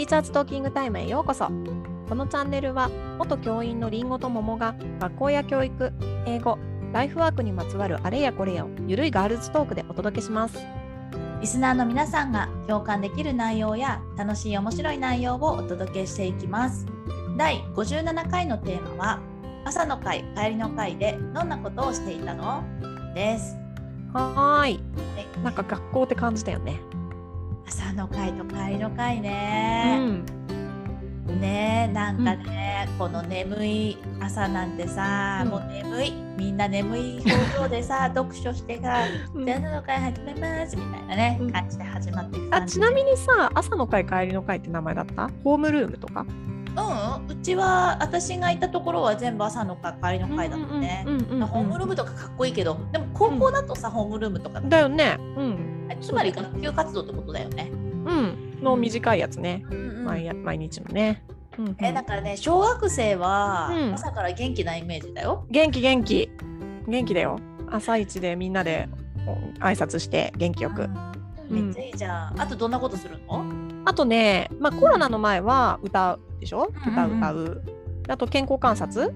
チャーズトーキングタイムへようこそ。このチャンネルは元教員のりんごと桃が学校や教育、英語、ライフワークにまつわるあれやこれやをゆるいガールズトークでお届けします。 リスナーの皆さんが共感できる内容や楽しい面白い内容をお届けしていきます。第57回のテーマは朝の会、帰りの会でどんなことをしていたのです。 はーい。なんか学校って感じだよね。 朝の会と帰りの会ね。ねえ、なんかね、この眠い朝なんてさ、もう眠い、みんな眠い表情でさ読書してが、じゃあ朝の会始めますみたいなね、感じで始まっていく感じ。 ちなみにさ、朝の会帰りの会って名前だった？ホームルームとか？ うちは私がいたところは全部朝の会帰りの会だったね。ホームルームとかかっこいいけど、でも高校だとさ、ホームルームとかだよね。 つまり学級活動ってことだよね。 の短いやつね。毎日のね。 だからね、小学生は朝から元気なイメージだよ。 元気だよ。朝一でみんなで挨拶して元気よく。 めっちゃいいじゃん。あとどんなことするの？ あとね、コロナの前は歌うでしょ？歌う。あと健康観察？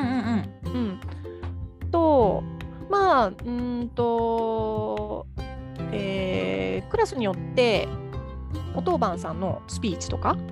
と、クラスによってお当番さんのスピーチとか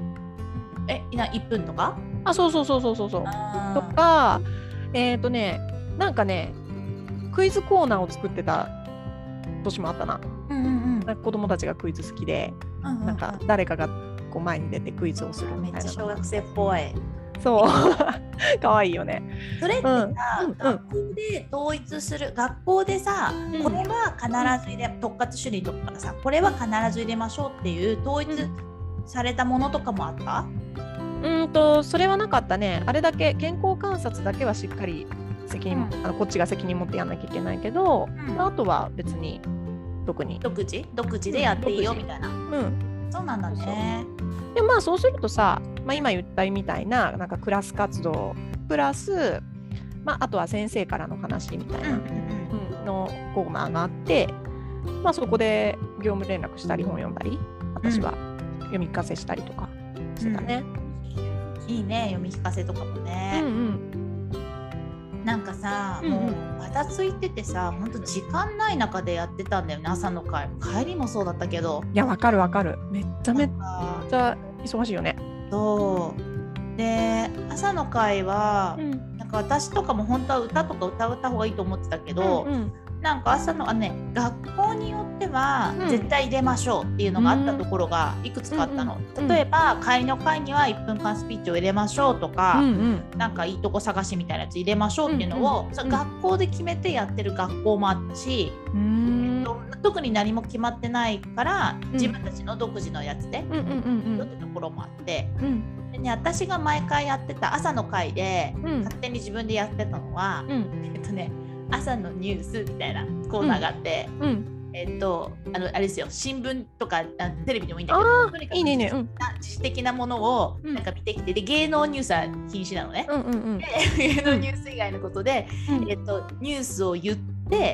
1分とか？ そうとか、なんかねクイズコーナーを作ってた年もあったな。子供たちがクイズ好きで、なんか誰かがこう前に出てクイズをするみたいな。 めっちゃ小学生っぽい。 そうかわいいよね。 それってさ、学校で統一する、学校でさ、これは必ず入れ、特活主任とかからさ、これは必ず入れましょうっていう統一されたものとかもあった？ それはなかったね。あれだけ健康観察だけはしっかり責任、こっちが責任持ってやんなきゃいけないけど、あとは別に特に独自でやっていいよみたいな。そうなんだね。 でもそうするとさ、今言ったみたいな、なんかクラス活動プラス、あとは先生からの話みたいなのコーナーがあって、そこで業務連絡したり本読んだり、私は読み聞かせしたりとかしてたね。 いいね、読み聞かせとかもね。なんかさ、もうバタついててさ、ほんと時間ない中でやってたんだよね、朝の会。帰りもそうだったけど。 いや、わかる。めっちゃ忙しいよね。 そうで、朝の会は、なんか私とかも本当は歌とか歌った方がいいと思ってたけど、なんか朝の学校によっては絶対入れましょうっていうのがあったところがいくつかあったの。例えば帰りの会には1分間スピーチを入れましょうとか、なんかいいとこ探しみたいなやつ入れましょうっていうのを、学校で決めてやってる学校もあったし、特に何も決まってないから自分たちの独自のやつでとってところもあって、でね、私が毎回やってた朝の会で、勝手に自分でやってたのは、朝のニュースみたいなコーナーがあって、あれですよ、新聞とかテレビでもいいんだけど、とにかく自主的なものをなんか見てきて、で芸能ニュースは禁止なのね。で芸能ニュース以外のことで、ニュースを言って、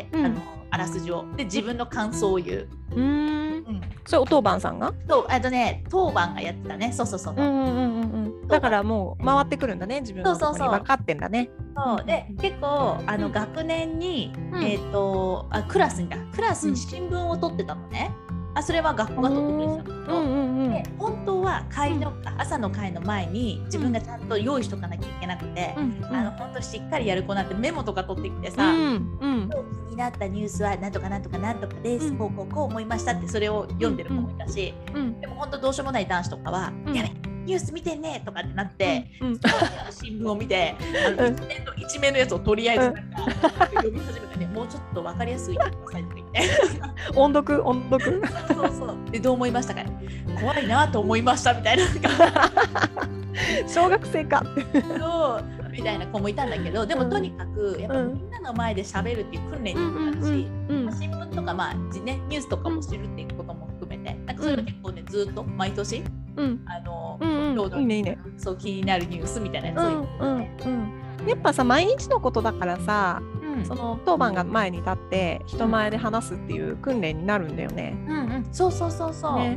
あらすじをで自分の感想を言う。 それお当番さんが？ 当番がやってたね。そう。 だからもう回ってくるんだね、自分のところに分かってんだね。 で結構学年に、クラスに新聞を取ってたのね。それは学校が取ってくれてたんだけど、で本当は朝の会の前に自分がちゃんと用意しとかなきゃいけなくて、本当しっかりやる子なんてメモとか取ってきてさ、今日気になったニュースはなんとかです、こう思いましたってそれを読んでる子もいたし、でも本当どうしようもない男子とかは、やれニュース見てねとかってなって、新聞を見て一面のやつをとりあえず読み始めてね、もうちょっと分かりやすい言ってくださいって言って音読そうで、どう思いましたか？怖いなと思いましたみたいな小学生かそうみたいな子もいたんだけど、でもとにかくやっぱみんなの前で喋るっていう訓練にもなるし、新聞とかニュースとかも知るっていうことも含めて、なんかそういうの結構ね、ずっと毎年そう気になるニュースみたいなやつを言ってね。 やっぱさ、毎日のことだからさ、その当番が前に立って人前で話すっていう訓練になるんだよね。 そう、ね、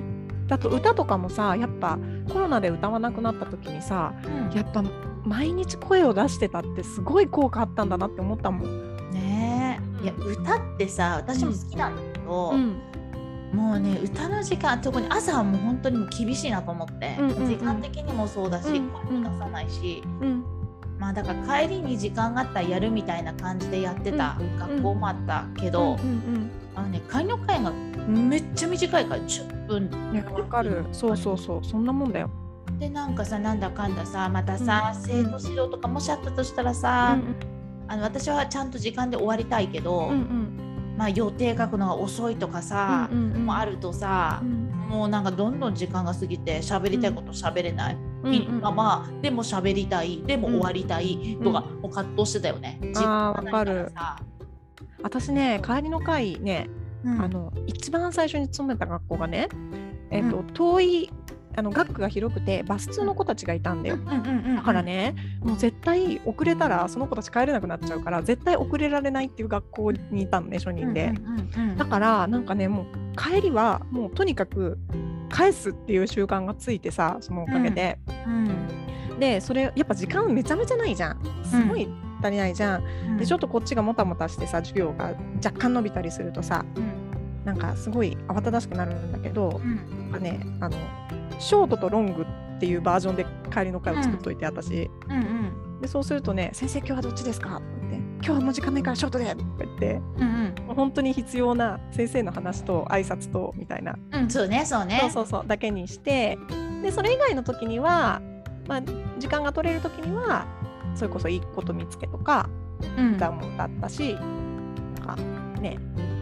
だと歌とかもさ、やっぱコロナで歌わなくなった時にさ、やっぱ毎日声を出してたってすごい効果あったんだなって思ったもん。 ねえ、いや歌ってさ、私も好きなんだけど、もうね、歌の時間、特に朝はもう本当にもう厳しいなと思って、時間的にもそうだし、声も出さないし、まあだから帰りに時間があったらやるみたいな感じでやってた学校もあったけど、帰りの会がめっちゃ短いから10分。 わかる。そうそうそう、そんなもんだよ。 でなんかさ、なんだかんださ、またさ、生徒指導とかもしあったとしたらさ、私はちゃんと時間で終わりたいけど、まあ予定書くのが遅いとかさ、もあるとさ、もうなんかどんどん時間が過ぎて喋りたいこと喋れない、まあでも喋りたい、でも終わりたいとか、もう葛藤してたよね。 わかる。私ね、帰りの会ね、一番最初に勤めた学校がね、遠い学区が広くてバス通の子たちがいたんだよ。だからね、もう絶対遅れたらその子たち帰れなくなっちゃうから、絶対遅れられないっていう学校にいたのね、初任で。だからなんかね、もう帰りはもうとにかく返すっていう習慣がついてさ、そのおかげで。でそれやっぱ時間めちゃめちゃないじゃん。すごい足りないじゃん。でちょっとこっちがもたもたしてさ、授業が若干伸びたりするとさ、なんかすごい慌ただしくなるんだけど、ね、ショートとロングっていうバージョンで帰りの会を作っといて、私。でそうするとね、先生今日はどっちですかって言って、今日はもう時間ないからショートでとか言って、本当に必要な先生の話と挨拶とみたいな、 そうねそうだけにして、でそれ以外の時には、まあ、時間が取れる時にはそれこそいいこと見つけとか、歌も歌ったし、なんかね、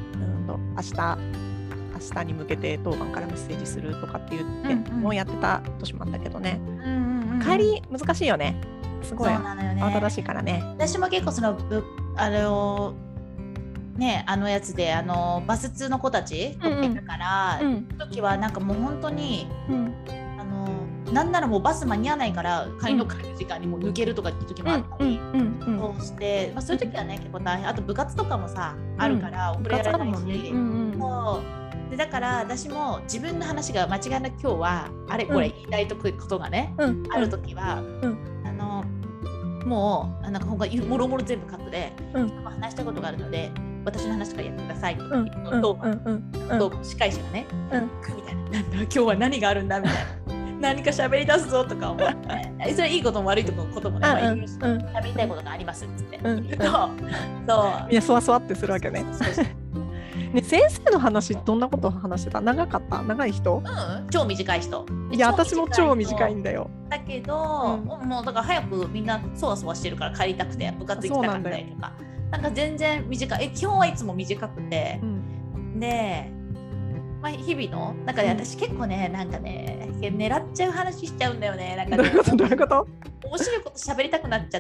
明日に向けて当番からメッセージするとかって言って、もうやってた年もあったけどね。帰り難しいよね。すごい慌ただしいからね。 私も結構そのやつでバス通の子たちとってたから、時はなんかもう本当に、なんならもうバス間に合わないから帰りの会の時間にもう抜けるとかっていう時もあったり、そうして、まあ、そういう時はね結構大変。あと部活とかもさ、あるから遅れられないし、でだから私も自分の話が間違いなく今日はあれこれ言いたいことがね、ある時は、もうなんかもろもろ全部カットで、話したいことがあるので私の話からやってくださいとか言うと、司会者がね、みたいな、なんだ今日は何があるんだみたいな。何か喋り出すぞとか思って、それいいことも悪いこともね、喋りたいことがありますっつって言うと、 いやそわそわってするわけね。ね、先生の話どんなことを話してた？長かった？長い人？ 超短い人。 いや私も超短いんだよ。 だけど、もうだから早くみんなそわそわしてるから帰りたくて部活行きたかったりとか、なんか全然短い。基本はいつも短くて、で。まあ、日々のなんかね、私結構ね、なんかね狙っちゃう話しちゃうんだよね。なんかね、 どういうこと？ 面白いこと喋りたくなっちゃって、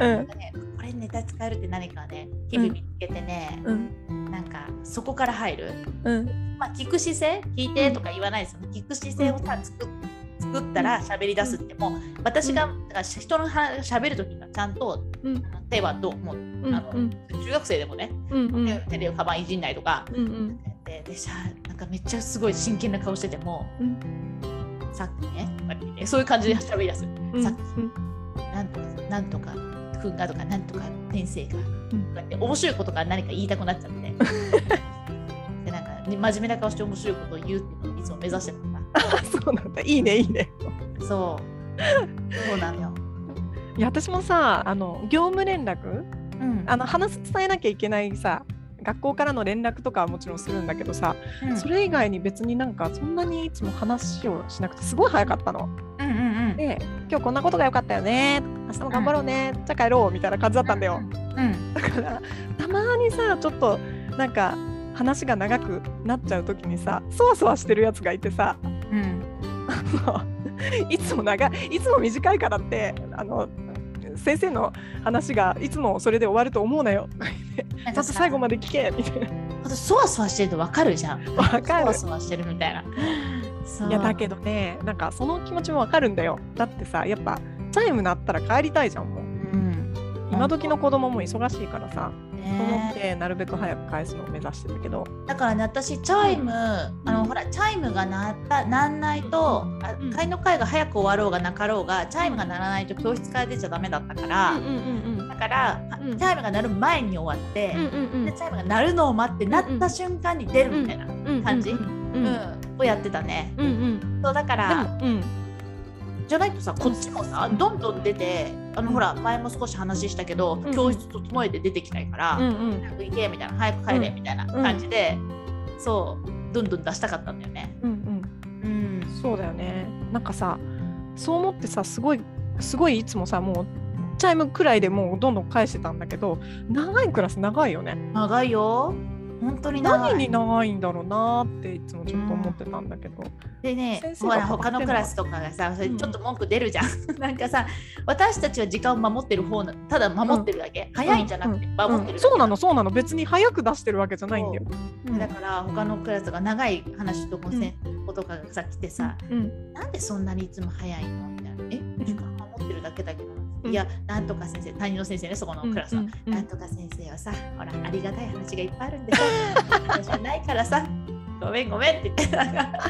なんかね、これネタ使えるって何かね、日々見つけてね、なんかそこから入る。まあ聞く姿勢、聞いてとか言わないですよね。聞く姿勢をさ作ったら喋り出すって、もう私が人の喋るときにはちゃんと手はどうも中学生でもね、手でカバンいじんないとか。でなんかめっちゃすごい真剣な顔してても、さっきね、そういう感じで喋り出す。さっきなんとかくんがとかなんとか先生が、面白いことが何か言いたくなっちゃって、でなんか、ね、真面目な顔して面白いことを言うっていうのをいつも目指してたんだ。 そうなんだ。いいねいいね。 そうなのよ。 いや私もさ、業務連絡、伝えなきゃいけないさ、学校からの連絡とかはもちろんするんだけどさ、それ以外に別になんかそんなにいつも話をしなくてすごい早かったの。で今日こんなことが良かったよね、明日も頑張ろうね、じゃあ帰ろうみたいな感じだったんだよ。だからたまにさちょっとなんか話が長くなっちゃう時にさ、そわそわしてるやつがいてさ、いつも短いからって先生の話がいつもそれで終わると思うなよちゃんと最後まで聞けみたいな。 そわそわしてると分かるじゃん。 分かる。 そわそわしてるみたいな。 いやだけどね、なんかその気持ちも分かるんだよ。だってさ、やっぱチャイム鳴ったら帰りたいじゃんもう。今時の子供も忙しいからさ。 思ってなるべく早く返すのを目指してるけど、 だからね、私チャイム、ほらチャイムがなんないと、会の会が早く終わろうがなかろうがチャイムが鳴らないと教室から出ちゃダメだったから、だから、チャイムが鳴る前に終わって、でチャイムが鳴るのを待って鳴った瞬間に出るみたいな感じをやってたね。そうだから、じゃないとさ、こっちもさどんどん出て、ほら前も少し話したけど、教室整えて出てきないから、早く行けみたいな、早く帰れみたいな感じで、そうどんどん出したかったんだよね。 そうだよね。なんかさ、そう思ってさ、すごいいつもさ、もうチャイムくらいでもうどんどん返してたんだけど、長いクラス長いよね。 長いよ。本当に長い。 何に長いんだろうなっていつもちょっと思ってたんだけど、 でね、ほら他のクラスとかがさ、それちょっと文句出るじゃん、なんかさ、私たちは時間を守ってる方な、ただ守ってるだけ、早いんじゃなくて守ってるだけ、 そうなの、別に早く出してるわけじゃないんだよ。 だから他のクラスが長い話とかとかがさ来てさ、なんでそんなにいつも早いのみたいな、時間守ってるだけだけど、いや、なんとか先生、担任の先生ね、そこのクラスは、なんとか先生はさ、ほらありがたい話がいっぱいあるんでさ、私はないからさ、ごめんって言って、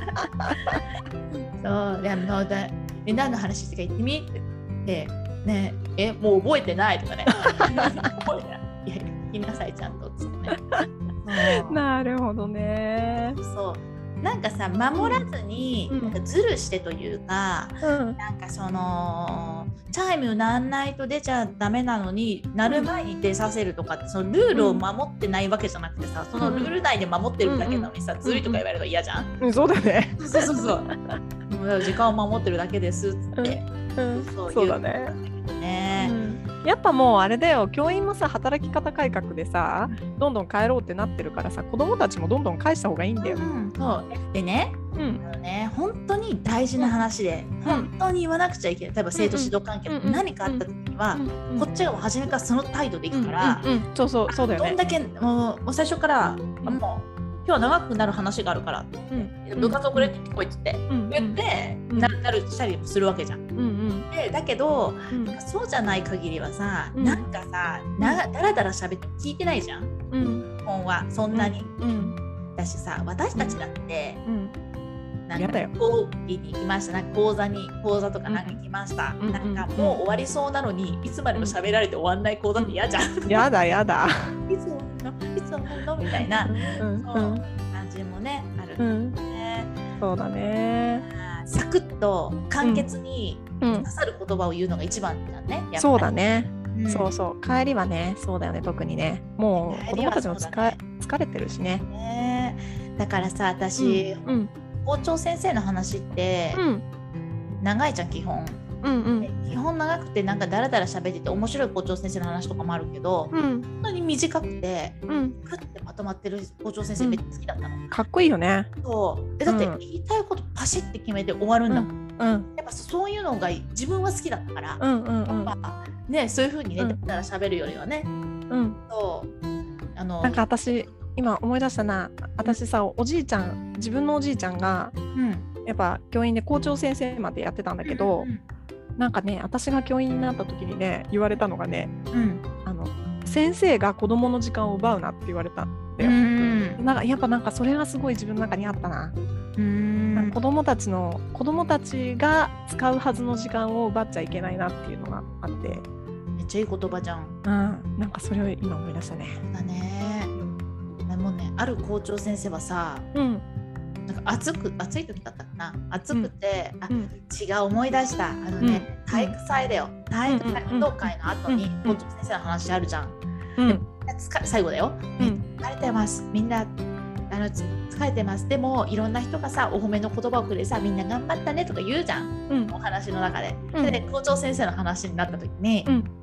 そうで、何の話してか言ってみって言ってね、もう覚えてないとかね、覚えてない、いや聞きなさいちゃんとっつってね。 なるほどね。 そうなんかさ、守らずになんかズルしてというか、なんかそのチャイム鳴んないと出ちゃダメなのに鳴る前に出させるとかって、そのルールを守ってないわけじゃなくてさ、そのルール内で守ってるだけなのにさ、ずるいとか言われると嫌じゃん。 そうだね。 そう時間を守ってるだけですっつって、 そうだね。やっぱもうあれだよ、教員もさ、働き方改革でさ、どんどん変えろうってなってるからさ、子供たちもどんどん返した方がいいんだよ。 そうでね、本当に大事な話で、本当に言わなくちゃいけない、例えば生徒指導関係で何かあった時には、こっちが初めからその態度でいくから、 そうだよね。 どんだけもう最初から、もう今日は長くなる話があるから、部活遅れてこいっつって言ってなるしたりもするわけじゃん。でだけど、そうじゃない限りはさ、なんかさ、だらだら喋って聞いてないじゃん、本はそんなに。だしさ、私たちだって、なんか講義に行きました、なんか講座とかなんか行きました、なんかもう終わりそうなのに、いつまでも喋られて終わんない講座って嫌じゃん。 やだいつ終わるのみたいな感じもねあるんだよね。 そうだね。 サクッと簡潔に刺さる言葉を言うのが一番だね。 そうだね。そう帰りはね、そうだよね、特にね。もう子供たちも疲れてるしね。 だからさ、私、校長先生の話って長いじゃん、基本。基本長くて、なんかだらだら喋ってて面白い校長先生の話とかもあるけど、本当に短くてクッてまとまってる校長先生めっちゃ好きだったの。 かっこいいよね。 そうだって言いたいことパシッて決めて終わるんだもん。やっぱそういうのが自分は好きだったから、ね、そういう風にね、だったら喋るよりはね。そうなんか私今思い出したな。私さ、自分のおじいちゃんが、やっぱ教員で校長先生までやってたんだけど、なんかね、私が教員になった時にね、言われたのがね、先生が子供の時間を奪うなって言われたんだよ。なんかやっぱなんかそれがすごい自分の中にあったな。子供たちが使うはずの時間を奪っちゃいけないなっていうのがあって、 めっちゃいい言葉じゃん。 なんかそれを今思い出したね。 だね。もうね、ある校長先生はさ、なんか暑い時だったかな、暑くて、違う、思い出した、体育祭だよ。体育祭運動会の後に校長先生の話あるじゃん。最後だよ。疲れてます、みんな疲れてます。でもいろんな人がさ、お褒めの言葉をくれさ、みんな頑張ったねとか言うじゃん、お話の中で。で校長先生の話になった時に、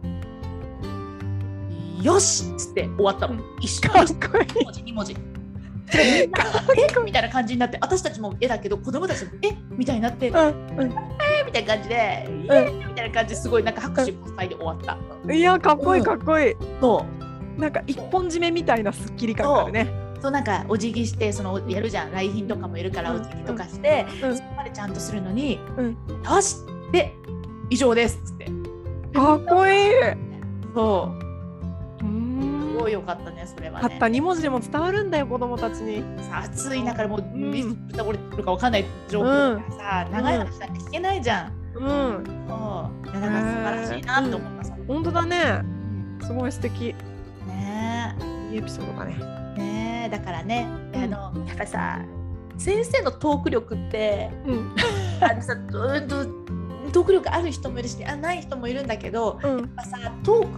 よしっつって終わったの。一緒に2文字みたいな感じになって、私たちもだけど子供たちもみたいになって、みたいな感じで、みたいな感じで、すごいなんか拍手喝采で終わった。 いや、かっこいいかっこいい。なんか一本締めみたいなスッキリ感があるね。 そう、なんかお辞儀して、やるじゃん、来賓とかもいるからお辞儀とかして、そこまでちゃんとするのに、よしで以上ですっつって。 かっこいい。 そう、すごごいよかったね、それはね。 たった2文字でも伝わるんだよ、子供たちに。 さあ暑い中でもういつぶたこれてるかわかんない状況だからさ、長い話なんか聞けないじゃん。そういやだから素晴らしいなって思ったさ。 本当だね、すごい素敵ね。 いいエピソードだね。 ね、だからね、やっぱさ、先生のトーク力って、トーク力ある人もいるし、ない人もいるんだけど、やっぱさ、トークって、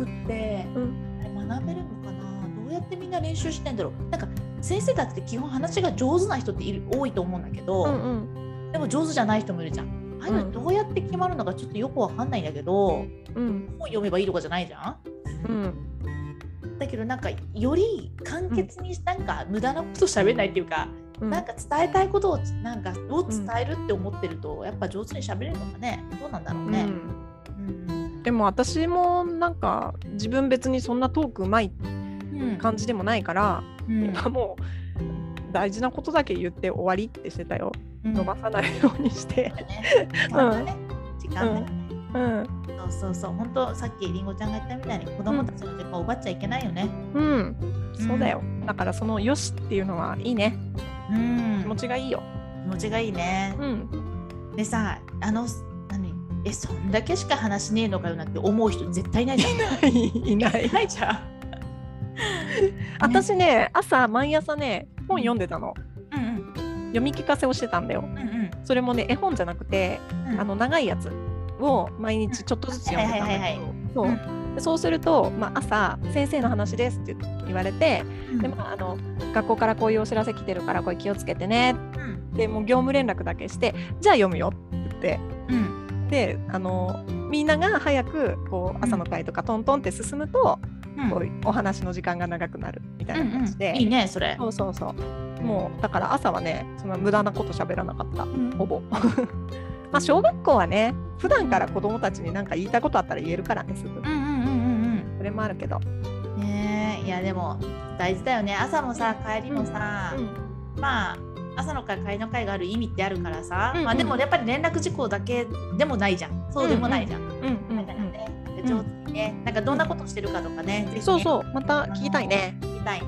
学べるのかな。どうやってみんな練習してんだろう。なんか先生だって基本話が上手な人って多いと思うんだけど、でも上手じゃない人もいるじゃん。ああいうのどうやって決まるのかちょっとよくわかんないんだけど、本読めばいいとかじゃないじゃん。だけどなんかより簡潔になんか無駄なこと喋んないっていうか、なんか伝えたいことをなんかどう伝えるって思ってると、やっぱ上手に喋れるのかね。どうなんだろうね。 でも私もなんか自分別にそんなトークうまい感じでもないから、もう大事なことだけ言って終わりってしてたよ。伸ばさないようにして。 時間だね。そう本当さっきりんごちゃんが言ったみたいに子供たちの時間を奪っちゃいけないよね。そうだよ。だからそのよしっていうのはいいね。気持ちがいいよ。 気持ちがいいね。でさ、そんだけしか話しねえのかよなんて思う人絶対いないじゃん。 いないじゃん。 私ね、毎朝ね、本読んでたの。読み聞かせをしてたんだよ。それもね、絵本じゃなくて、長いやつを毎日ちょっとずつ読んでたんだけど、そうすると、朝先生の話ですって言われて、で学校からこういうお知らせ来てるからこれ気をつけてね、でもう業務連絡だけして、じゃあ読むよって言って、でみんなが早くこう朝の会とかトントンって進むと、こうお話の時間が長くなるみたいな感じで、 いいねそれ。 そうもうだから朝はね、その無駄なこと喋らなかった、ほぼ。小学校はね、普段から子供たちに何か言いたいことあったら言えるからね、すぐ。それもあるけど。 いやでも大事だよね。朝もさ、帰りもさ、朝の会、帰りの会がある意味ってあるからさ、でもやっぱり連絡事項だけでもないじゃん。そうでもないじゃん。だからね、上手にね、なんかどんなことしてるかとかね、ぜひね、 また聞きたいね。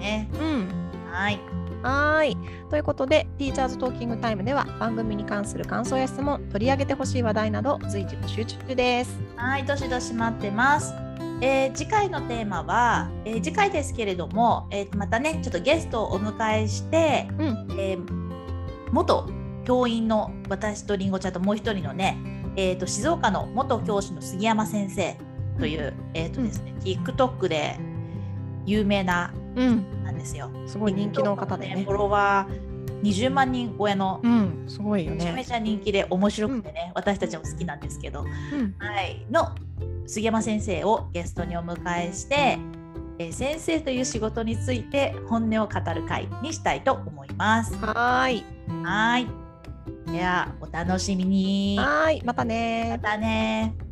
はい。ということで、ティーチャーズトーキングタイムでは番組に関する感想や質問、取り上げてほしい話題など随時募集中です。 どしどし待ってます。次回のテーマは、次回ですけれども、またねちょっとゲストをお迎えして、元教員の私とりんごちゃんともう一人のね、静岡の元教師の杉山先生というですね、TikTok で有名な、なんですよ。 すごい人気の方でね。 フォロワー20万人超えの、 すごいよね。 めちゃめちゃ人気で面白くてね、私たちも好きなんですけど、の杉山先生をゲストにお迎えして、先生という仕事について本音を語る会にしたいと思います。ではお楽しみに。 またね。